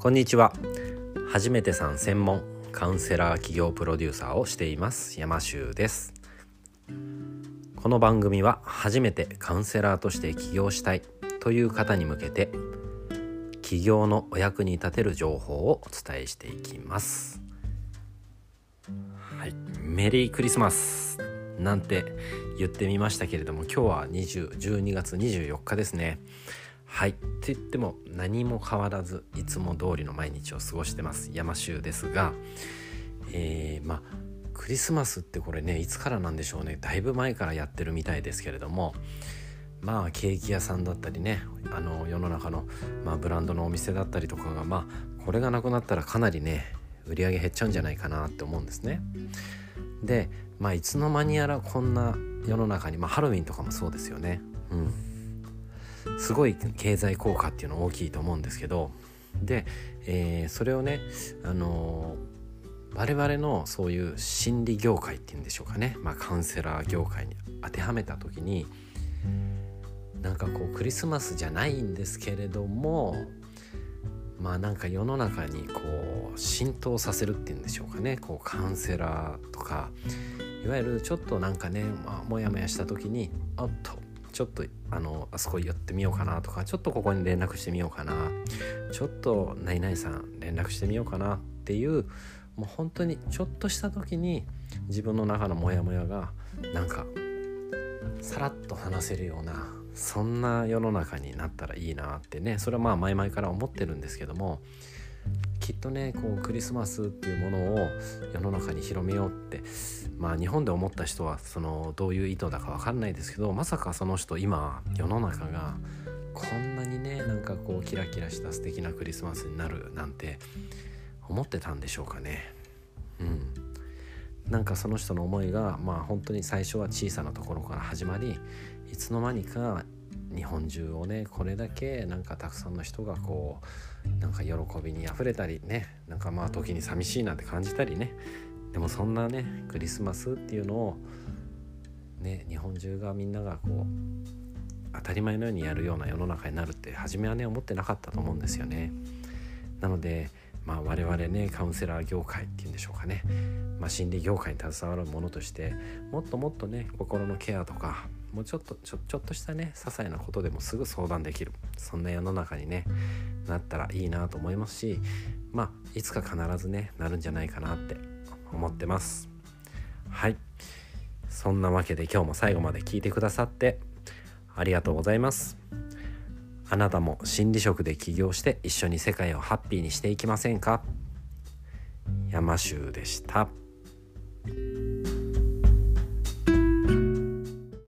こんにちは。初めてさん専門カウンセラー企業プロデューサーをしています山修です。この番組は初めてカウンセラーとして起業したいという方に向けて起業のお役に立てる情報をお伝えしていきます。はい、メリークリスマスなんて言ってみましたけれども、今日は12月24日ですね。はい、って言っても何も変わらずいつも通りの毎日を過ごしてます山修ですが、クリスマスってこれね、いつからなんでしょうね。だいぶ前からやってるみたいですけれども、ケーキ屋さんだったりね、世の中の、ブランドのお店だったりとかがこれがなくなったらかなりね売り上げ減っちゃうんじゃないかなって思うんですね。で、いつの間にやらこんな世の中に、ハロウィンとかもそうですよね。すごい経済効果っていうの大きいと思うんですけど、で、それをね、我々のそういう心理業界っていうんでしょうかね、カウンセラー業界に当てはめた時に、クリスマスじゃないんですけれども、世の中に浸透させるっていうんでしょうかね、カウンセラーとか、いわゆるちょっとモヤモヤした時にちょっとあそこ寄ってみようかなとか、ちょっとここに連絡してみようかな、ちょっと何々さん連絡してみようかなっていう、もう本当にちょっとした時に自分の中のモヤモヤがさらっと話せるような、そんな世の中になったらいいなってね、それは前々から思ってるんですけども、きっとねクリスマスっていうものを世の中に広めようって、日本で思った人はどういう意図だか分かんないですけど、まさかその人今世の中がこんなにねキラキラした素敵なクリスマスになるなんて思ってたんでしょうかね。その人の思いが本当に最初は小さなところから始まり、いつの間にか日本中をねこれだけたくさんの人が喜びにあふれたりね、時に寂しいなんて感じたりね、でもそんなねクリスマスっていうのをね、日本中がみんなが当たり前のようにやるような世の中になるって初めはね思ってなかったと思うんですよね。なので我々ねカウンセラー業界っていうんでしょうかね、心理業界に携わるものとしてもっともっとね心のケアとか、もうちょっとしたね些細なことでもすぐ相談できる、そんな世の中にねなったらいいなと思いますし、いつか必ずねなるんじゃないかなって思ってます。はい、そんなわけで今日も最後まで聞いてくださってありがとうございます。あなたも心理職で起業して一緒に世界をハッピーにしていきませんか。山修でした。